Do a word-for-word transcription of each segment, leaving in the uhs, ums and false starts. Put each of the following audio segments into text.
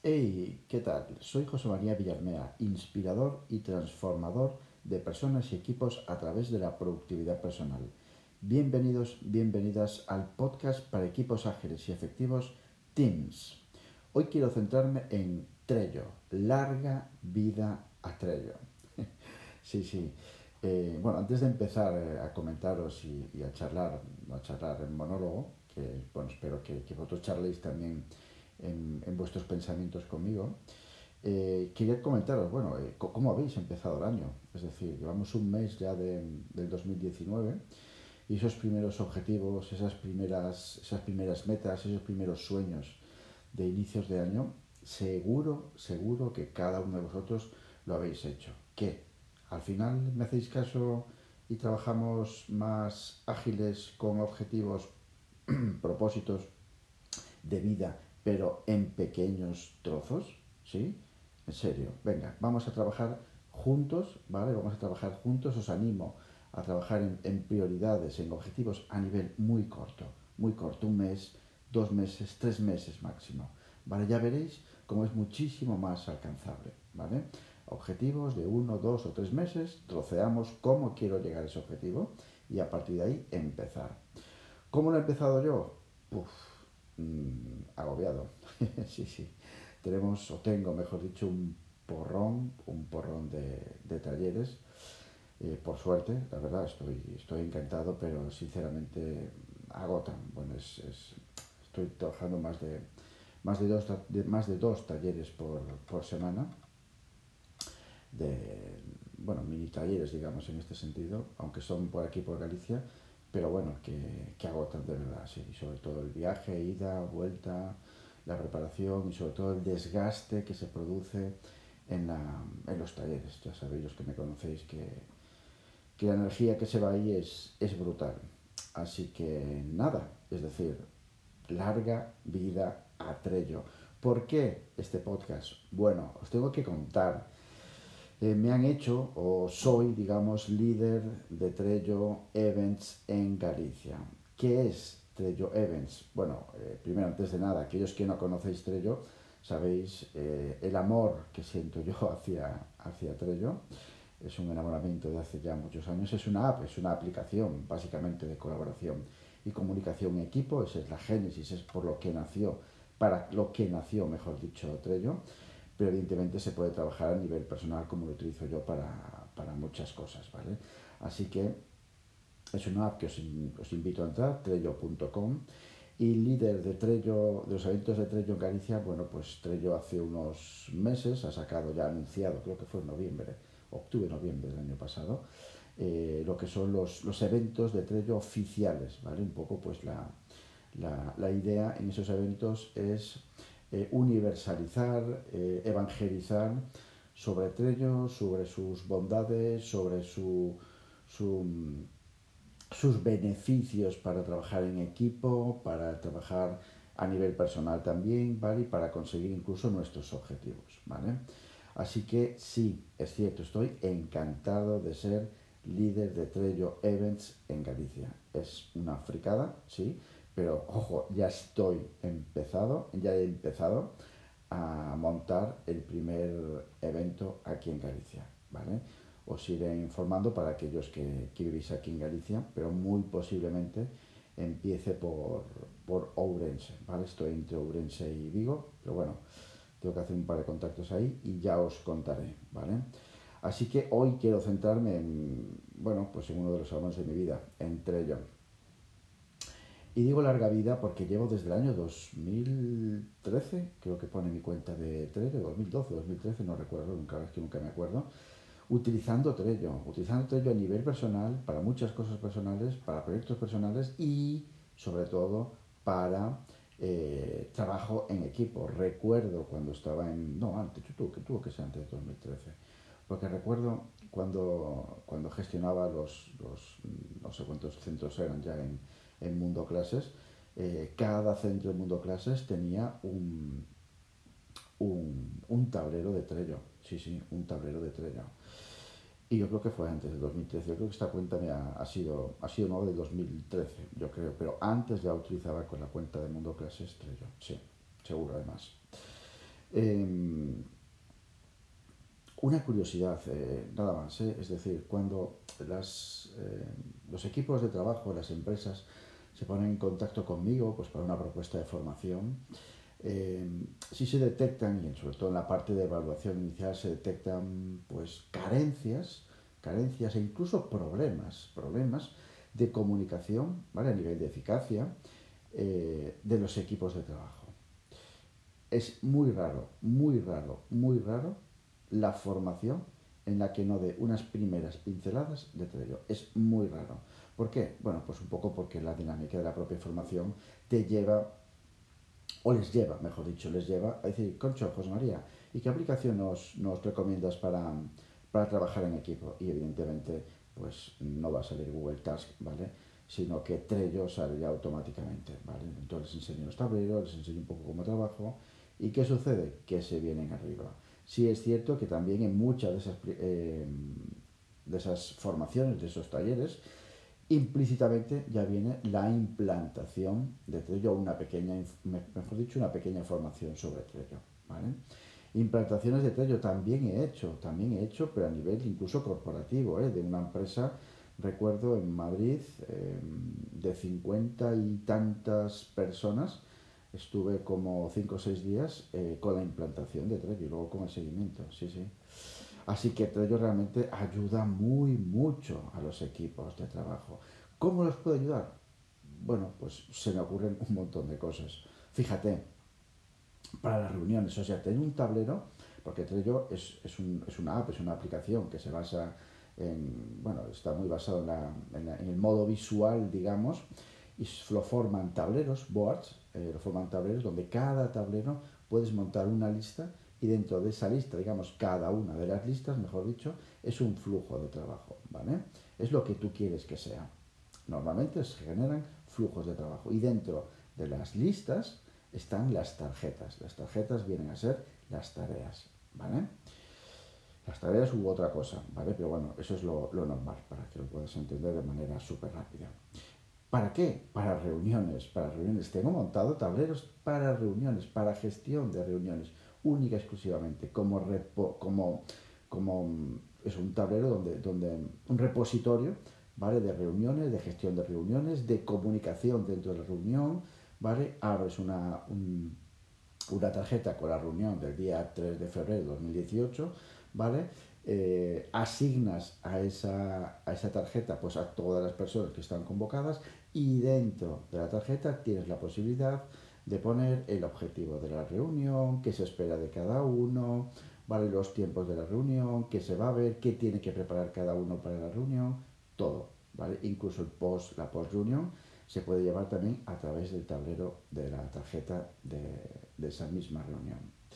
Hey, ¿qué tal? Soy José María Villarmea, inspirador y transformador de personas y equipos a través de la productividad personal. Bienvenidos, bienvenidas al podcast para equipos ágiles y efectivos Teams. Hoy quiero centrarme en Trello, larga vida a Trello. Sí, sí. Eh, bueno, antes de empezar eh, a comentaros y, y, a charlar, a charlar en monólogo, que bueno, espero que, que vosotros charléis también en, en vuestros pensamientos conmigo, eh, quería comentaros, bueno, eh, cómo habéis empezado el año. Es decir, llevamos un mes ya de, del dos mil diecinueve y esos primeros objetivos, esas primeras, esas primeras metas, esos primeros sueños de inicios de año, seguro, seguro que cada uno de vosotros lo habéis hecho. ¿Qué? Al final me hacéis caso y trabajamos más ágiles con objetivos, propósitos de vida, pero en pequeños trozos, ¿sí? En serio, venga, vamos a trabajar juntos, ¿vale? Vamos a trabajar juntos, os animo a trabajar en, en prioridades, en objetivos a nivel muy corto, muy corto, un mes, dos meses, tres meses máximo, ¿vale? Ya veréis cómo es muchísimo más alcanzable, ¿vale? Objetivos de uno, dos o tres meses, troceamos cómo quiero llegar a ese objetivo y a partir de ahí empezar. ¿Cómo lo he empezado yo? Puf, mmm, agobiado. Sí, sí. Tenemos, o tengo, mejor dicho, un porrón, un porrón de, de talleres. Eh, por suerte, la verdad, estoy, estoy encantado, pero sinceramente agotan. Bueno, es, es, estoy trabajando más de, más de, dos, de, más de dos talleres por, por semana. De, bueno, mini talleres, digamos, en este sentido, aunque son por aquí, por Galicia, pero bueno, que, que agotan de verdad, sí, y sobre todo el viaje, ida, vuelta, la preparación y sobre todo el desgaste que se produce en, la, en los talleres. Ya sabéis los que me conocéis que, que la energía que se va ahí es, es brutal. Así que nada, es decir, larga vida a Trello. ¿Por qué este podcast? Bueno, os tengo que contar. Eh, me han hecho, o soy, digamos, líder de Trello Events en Galicia. ¿Qué es Trello Events? Bueno, eh, primero, antes de nada, aquellos que no conocéis Trello, sabéis eh, el amor que siento yo hacia, hacia Trello. Es un enamoramiento de hace ya muchos años. Es una app, es una aplicación básicamente de colaboración y comunicación en equipo. Esa es la génesis, es por lo que nació, para lo que nació, mejor dicho, Trello. Pero evidentemente se puede trabajar a nivel personal como lo utilizo yo para, para muchas cosas, ¿vale? Así que es una app que os, os invito a entrar, trello punto com, y líder de Trello, de los eventos de Trello en Galicia. Bueno, pues Trello hace unos meses ha sacado, ya anunciado, creo que fue en noviembre, octubre, noviembre del año pasado, eh, lo que son los, los eventos de Trello oficiales, ¿vale? Un poco pues la, la, la idea en esos eventos es eh, universalizar, eh, evangelizar sobre Trello, sobre sus bondades, sobre su, su, sus beneficios para trabajar en equipo, para trabajar a nivel personal también, ¿vale? Y para conseguir incluso nuestros objetivos, ¿vale? Así que sí, es cierto, estoy encantado de ser líder de Trello Events en Galicia. Es una fricada, sí, pero ojo, ya estoy empezado, ya he empezado a montar el primer evento aquí en Galicia, ¿vale? Os iré informando para aquellos que, que vivís aquí en Galicia, pero muy posiblemente empiece por, por Ourense, ¿vale? Estoy entre Ourense y Vigo, pero bueno, tengo que hacer un par de contactos ahí y ya os contaré, ¿vale? Así que hoy quiero centrarme en, bueno, pues en uno de los amores de mi vida, en Trello. Y digo larga vida porque llevo desde el año dos mil trece, creo que pone mi cuenta de Trello, dos mil doce, dos mil trece, no recuerdo, nunca, es que nunca me acuerdo, utilizando Trello, utilizando Trello a nivel personal, para muchas cosas personales, para proyectos personales y sobre todo para eh, trabajo en equipo. Recuerdo cuando estaba en, no, antes, tuvo que, tuvo que ser antes de dos mil trece, porque recuerdo cuando, cuando gestionaba los, los, no sé cuántos centros eran ya en, en Mundo Clases. Eh, cada centro de Mundo Clases tenía un, un, un tablero de Trello, sí, sí, un tablero de Trello. Y yo creo que fue antes del dos mil trece. Yo creo que esta cuenta me ha, ha sido ha sido nueva del dos mil trece, yo creo. Pero antes ya utilizaba con la cuenta de Mundo Clases Trello. Sí, seguro además. Eh, una curiosidad, eh, nada más, ¿eh? Es decir, cuando las, eh, los equipos de trabajo, las empresas, se ponen en contacto conmigo pues, para una propuesta de formación, eh, si se detectan, y sobre todo en la parte de evaluación inicial, se detectan pues, carencias, carencias e incluso problemas, problemas de comunicación, ¿vale? A nivel de eficacia eh, de los equipos de trabajo. Es muy raro, muy raro, muy raro la formación en la que no dé unas primeras pinceladas de Trello. Es muy raro. ¿Por qué? Bueno, pues un poco porque la dinámica de la propia formación te lleva, o les lleva, mejor dicho, les lleva a decir, concho, José María, ¿y qué aplicación nos, nos recomiendas para, para trabajar en equipo? Y evidentemente, pues no va a salir Google Task, ¿vale? Sino que Trello sale ya automáticamente, ¿vale? Entonces les enseño los tableros, les enseño un poco cómo trabajo. ¿Y qué sucede? Que se vienen arriba. Sí es cierto que también en muchas de esas, eh, de esas formaciones, de esos talleres, implícitamente ya viene la implantación de Trello, una pequeña, mejor dicho, una pequeña formación sobre Trello, ¿vale? Implantaciones de Trello también he hecho, también he hecho, pero a nivel incluso corporativo, ¿eh? De una empresa, recuerdo en Madrid, eh, de cincuenta y tantas personas, estuve como cinco o seis días eh, con la implantación de Trello y luego con el seguimiento, sí, sí. Así que Trello realmente ayuda muy mucho a los equipos de trabajo. ¿Cómo los puede ayudar? Bueno, pues se me ocurren un montón de cosas. Fíjate, para las reuniones, o sea, tener un tablero, porque Trello es, es, un, es una app, es una aplicación que se basa en, bueno, está muy basado en, la, en, la, en el modo visual, digamos, y lo forman tableros, boards, eh, lo forman tableros donde cada tablero puedes montar una lista y dentro de esa lista, digamos, cada una de las listas, mejor dicho, es un flujo de trabajo, ¿vale? Es lo que tú quieres que sea. Normalmente se generan flujos de trabajo y dentro de las listas están las tarjetas. Las tarjetas vienen a ser las tareas, ¿vale? Las tareas u otra cosa, ¿vale? Pero bueno, eso es lo, lo normal para que lo puedas entender de manera súper rápida. ¿Para qué? Para reuniones, para reuniones. Tengo montado tableros para reuniones, para gestión de reuniones, única y exclusivamente, como, repo, como, como es un tablero donde, donde un repositorio, ¿vale? De reuniones, de gestión de reuniones, de comunicación dentro de la reunión, ¿vale? Abres una, un, una tarjeta con la reunión del día tres de febrero de dos mil dieciocho, ¿vale? Eh, asignas a esa, a esa tarjeta pues a todas las personas que están convocadas y dentro de la tarjeta tienes la posibilidad de poner el objetivo de la reunión, qué se espera de cada uno, ¿vale? Los tiempos de la reunión, qué se va a ver, qué tiene que preparar cada uno para la reunión, todo, ¿vale? Incluso el post, la post-reunión se puede llevar también a través del tablero de la tarjeta de, de esa misma reunión.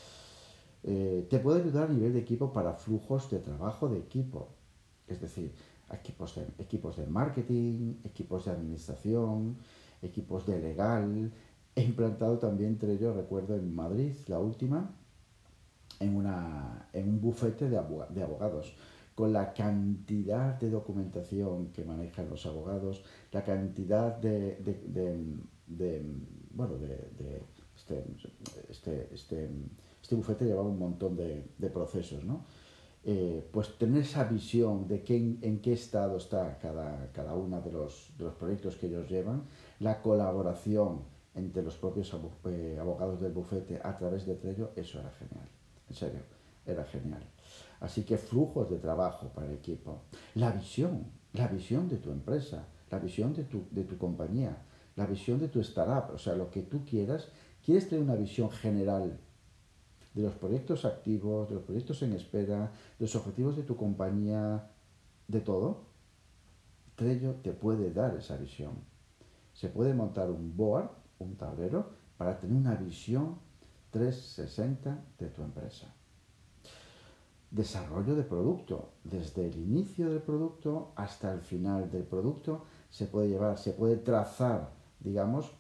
Eh, te puede ayudar a nivel de equipo para flujos de trabajo de equipo, es decir, equipos de, equipos de marketing, equipos de administración, equipos de legal. He implantado también Trello, recuerdo, en Madrid, la última, en, una, en un bufete de, abog de abogados, con la cantidad de documentación que manejan los abogados, la cantidad de, de, de, de bueno, de, de este, este, este, este bufete llevaba un montón de, de procesos, ¿no? Eh, pues tener esa visión de qué, en, en qué estado está cada, cada uno de los, de los proyectos que ellos llevan, la colaboración entre los propios abogados del bufete a través de Trello, eso era genial, en serio, era genial. Así que flujos de trabajo para el equipo, la visión, la visión de tu empresa, la visión de tu, de tu compañía, la visión de tu startup, o sea, lo que tú quieras, quieres tener una visión general de los proyectos activos, de los proyectos en espera, de los objetivos de tu compañía, de todo. Trello te puede dar esa visión. Se puede montar un board, un tablero, para tener una visión trescientos sesenta de tu empresa. Desarrollo de producto. Desde el inicio del producto hasta el final del producto se puede llevar, se puede trazar, digamos,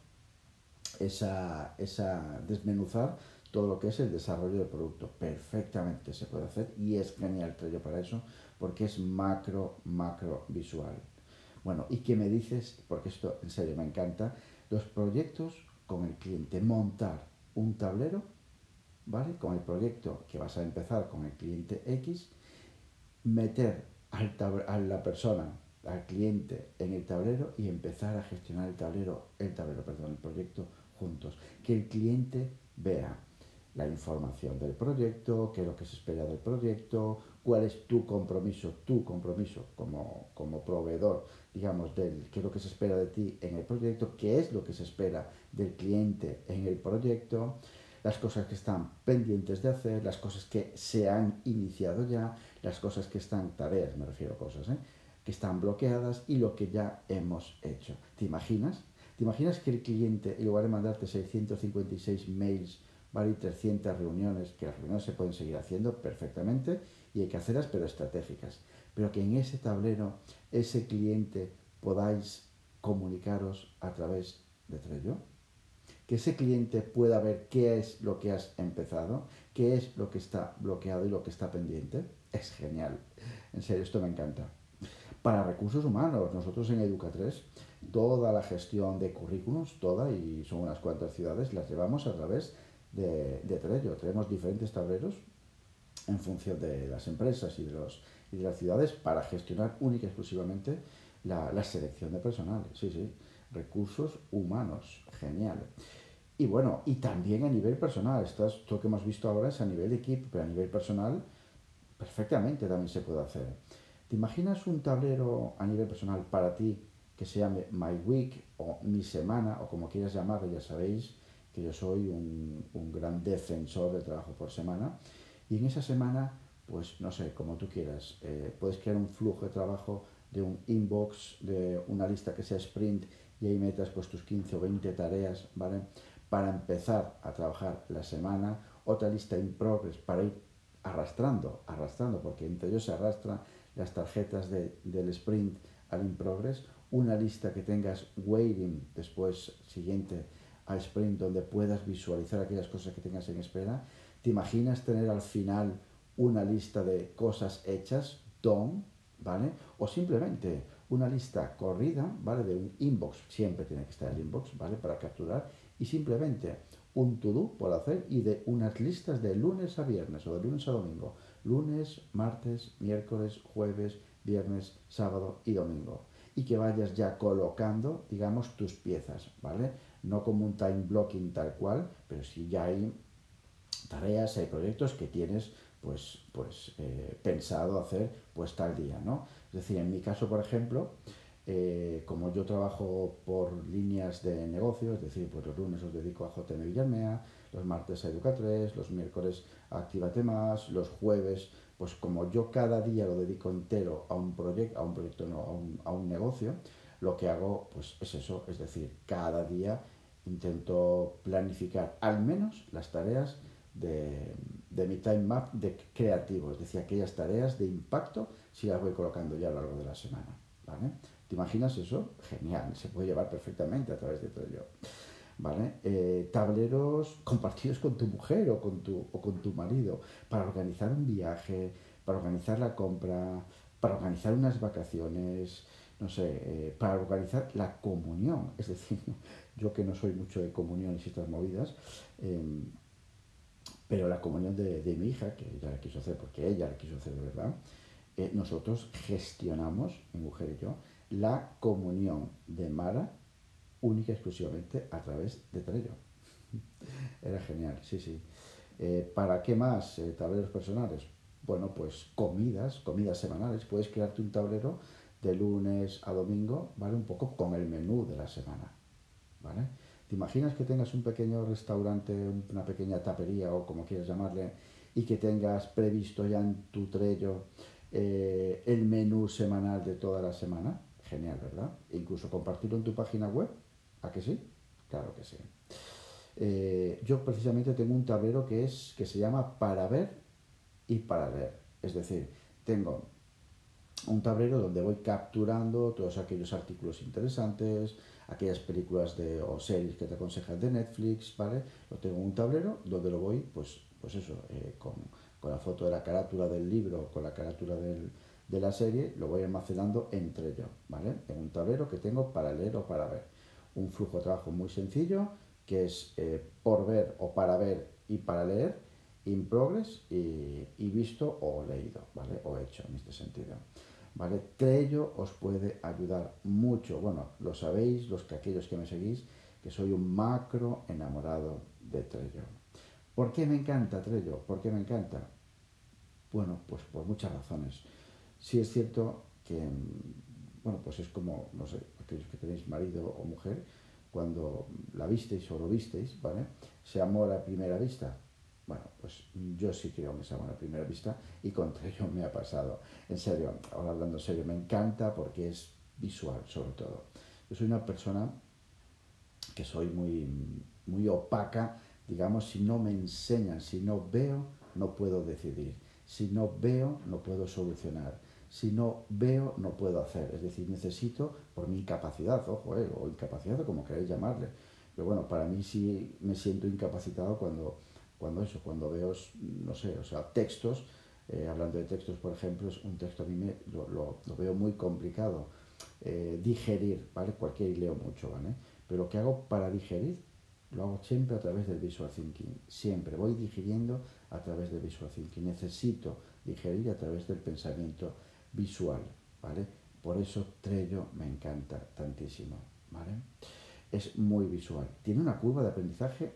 esa, esa desmenuzar todo lo que es el desarrollo del producto. Perfectamente se puede hacer y es genial Trello para eso porque es macro, macro visual. Bueno, ¿y qué me dices? Porque esto en serio me encanta. Los proyectos con el cliente, montar un tablero ¿vale? Con el proyecto que vas a empezar con el cliente X, meter al a la persona, al cliente en el tablero y empezar a gestionar el tablero, el tablero, perdón, el proyecto juntos. Que el cliente vea la información del proyecto, qué es lo que se espera del proyecto, cuál es tu compromiso, tu compromiso como, como proveedor, digamos, del qué es lo que se espera de ti en el proyecto, qué es lo que se espera del cliente en el proyecto, las cosas que están pendientes de hacer, las cosas que se han iniciado ya, las cosas que están, tareas me refiero a cosas, ¿eh? que están bloqueadas y lo que ya hemos hecho. ¿Te imaginas? ¿Te imaginas que el cliente, en lugar de mandarte seiscientos cincuenta y seis mails, ¿vale? Y trescientas reuniones, que las reuniones se pueden seguir haciendo perfectamente y hay que hacerlas pero estratégicas, pero que en ese tablero, ese cliente podáis comunicaros a través de Trello? Que ese cliente pueda ver qué es lo que has empezado, qué es lo que está bloqueado y lo que está pendiente. Es genial. En serio, esto me encanta. Para recursos humanos, nosotros en Educa tres, toda la gestión de currículums, toda, y son unas cuantas ciudades, las llevamos a través de, de Trello. Tenemos diferentes tableros en función de las empresas y de, los, y de las ciudades para gestionar única y exclusivamente la, la selección de personal. Sí, sí, recursos humanos. Genial. Y bueno, y también a nivel personal, esto, es, esto que hemos visto ahora es a nivel de equipo, pero a nivel personal perfectamente también se puede hacer. ¿Te imaginas un tablero a nivel personal para ti que se llame My Week o Mi Semana o como quieras llamarlo? Ya sabéis que yo soy un, un gran defensor del trabajo por semana y en esa semana, pues no sé, como tú quieras, eh, puedes crear un flujo de trabajo de un inbox, de una lista que sea sprint y ahí metas pues tus quince o veinte tareas, ¿vale? Para empezar a trabajar la semana, otra lista in progress para ir arrastrando, arrastrando, porque entre ellos se arrastran las tarjetas de, del sprint al in progress, una lista que tengas waiting después siguiente al sprint donde puedas visualizar aquellas cosas que tengas en espera. ¿Te imaginas tener al final una lista de cosas hechas, done, ¿vale? O simplemente una lista corrida, ¿vale? De un inbox, siempre tiene que estar el inbox, ¿vale? Para capturar y simplemente un to-do por hacer y de unas listas de lunes a viernes o de lunes a domingo. Lunes, martes, miércoles, jueves, viernes, sábado y domingo. Y que vayas ya colocando, digamos, tus piezas, ¿vale? No como un time blocking tal cual, pero sí ya hay tareas, hay proyectos que tienes pues, pues eh, pensado hacer pues tal día, ¿no? Es decir, en mi caso, por ejemplo, eh, como yo trabajo por líneas de negocio, es decir, pues los lunes los dedico a J M Villarmea, los martes a Educa tres, los miércoles a Actívate Más, los jueves, pues como yo cada día lo dedico entero a un proyecto, a un proyecto no, a un, a un negocio, lo que hago pues es eso, es decir, cada día intento planificar al menos las tareas de, de mi time map de creativo, es decir, aquellas tareas de impacto si las voy colocando ya a lo largo de la semana, ¿vale? ¿Te imaginas eso? Genial, se puede llevar perfectamente a través de Trello, ¿vale? Eh, tableros compartidos con tu mujer o con tu, o con tu marido para organizar un viaje, para organizar la compra, para organizar unas vacaciones, no sé, eh, para organizar la comunión, es decir, yo que no soy mucho de comuniones y estas movidas, eh, pero la comunión de, de, mi hija, que ella la quiso hacer porque ella la quiso hacer de verdad, eh, nosotros gestionamos, mi mujer y yo, la comunión de Mara única y exclusivamente a través de Trello. Era genial, sí, sí. Eh, ¿Para qué más eh, tableros personales? Bueno, pues comidas, comidas semanales. Puedes crearte un tablero de lunes a domingo, ¿vale? Un poco con el menú de la semana, ¿vale? ¿Te imaginas que tengas un pequeño restaurante, una pequeña tapería o como quieras llamarle, y que tengas previsto ya en tu Trello eh, el menú semanal de toda la semana? Genial, ¿verdad? E incluso compartirlo en tu página web. ¿A que sí? Claro que sí. Eh, yo precisamente tengo un tablero que, es, que se llama para ver y para leer. Es decir, tengo un tablero donde voy capturando todos aquellos artículos interesantes, aquellas películas de, o series que te aconsejan de Netflix, ¿vale? Lo tengo en un tablero donde lo voy, pues, pues eso, eh, con, con la foto de la carátula del libro, con la carátula del, de la serie, lo voy almacenando entre yo, ¿vale? En un tablero que tengo para leer o para ver. Un flujo de trabajo muy sencillo, que es eh, por ver o para ver y para leer, in progress y, y visto o leído, ¿vale? O hecho en este sentido. ¿Vale? Trello os puede ayudar mucho. Bueno, lo sabéis, los que aquellos que me seguís, que soy un macro enamorado de Trello. ¿Por qué me encanta Trello? ¿Por qué me encanta? Bueno, pues por muchas razones. Sí es cierto que, bueno, pues es como, no sé, aquellos que tenéis marido o mujer, cuando la visteis o lo visteis, ¿vale? Se amor a primera vista. Bueno, pues yo sí creo que es amor a primera vista y con Trello me ha pasado. En serio, ahora hablando en serio, me encanta porque es visual sobre todo. Yo soy una persona que soy muy, muy opaca, digamos, si no me enseñan, si no veo, no puedo decidir. Si no veo, no puedo solucionar. Si no veo, no puedo hacer. Es decir, necesito, por mi incapacidad, ojo, eh, o incapacidad o como queráis llamarle. Pero bueno, para mí sí me siento incapacitado cuando, cuando eso, cuando veo, no sé, o sea, textos, eh, hablando de textos, por ejemplo, es un texto a mí me, lo, lo, lo veo muy complicado eh, digerir, ¿vale? Cualquier leo mucho, ¿vale? Pero lo que hago para digerir, lo hago siempre a través del visual thinking. Siempre voy digiriendo a través del visual thinking. Necesito digerir a través del pensamiento visual, ¿vale? Por eso Trello me encanta tantísimo, ¿vale? Es muy visual. Tiene una curva de aprendizaje,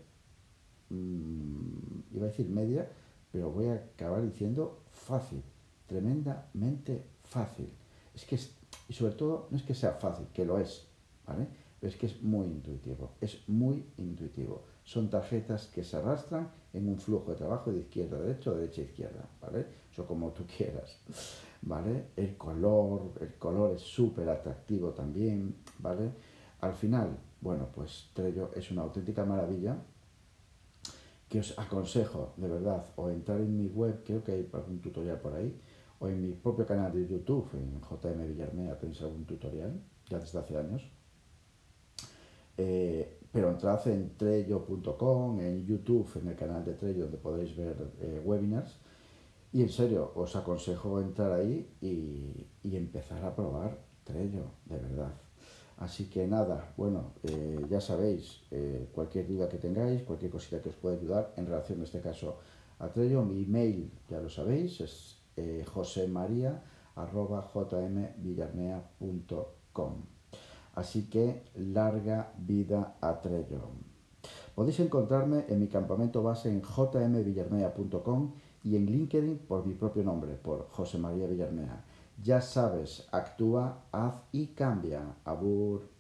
mmm, iba a decir media, pero voy a acabar diciendo fácil, tremendamente fácil. Es que es, y sobre todo, no es que sea fácil, que lo es, ¿vale? Pero es que es muy intuitivo, es muy intuitivo. Son tarjetas que se arrastran en un flujo de trabajo de izquierda a derecha o derecha a izquierda, ¿vale? Eso como tú quieras, ¿vale? El color, el color es súper atractivo también, ¿vale? Al final, bueno, pues Trello es una auténtica maravilla que os aconsejo, de verdad, o entrar en mi web, creo que hay algún tutorial por ahí, o en mi propio canal de YouTube, en J M Villarmea, tenéis algún tutorial, ya desde hace años. Eh, pero entrad en trello punto com, en YouTube, en el canal de Trello, donde podéis ver eh, webinars. Y en serio, os aconsejo entrar ahí y, y empezar a probar Trello, de verdad. Así que nada, bueno, eh, ya sabéis, eh, cualquier duda que tengáis, cualquier cosita que os pueda ayudar en relación en este caso a Trello, mi email ya lo sabéis, es eh, josemaria arroba jmvillarmea punto com. Así que larga vida a Trello. Podéis encontrarme en mi campamento base en j m villarmea punto com y en LinkedIn por mi propio nombre, por José María Villarmea. Ya sabes, actúa, haz y cambia. Abur.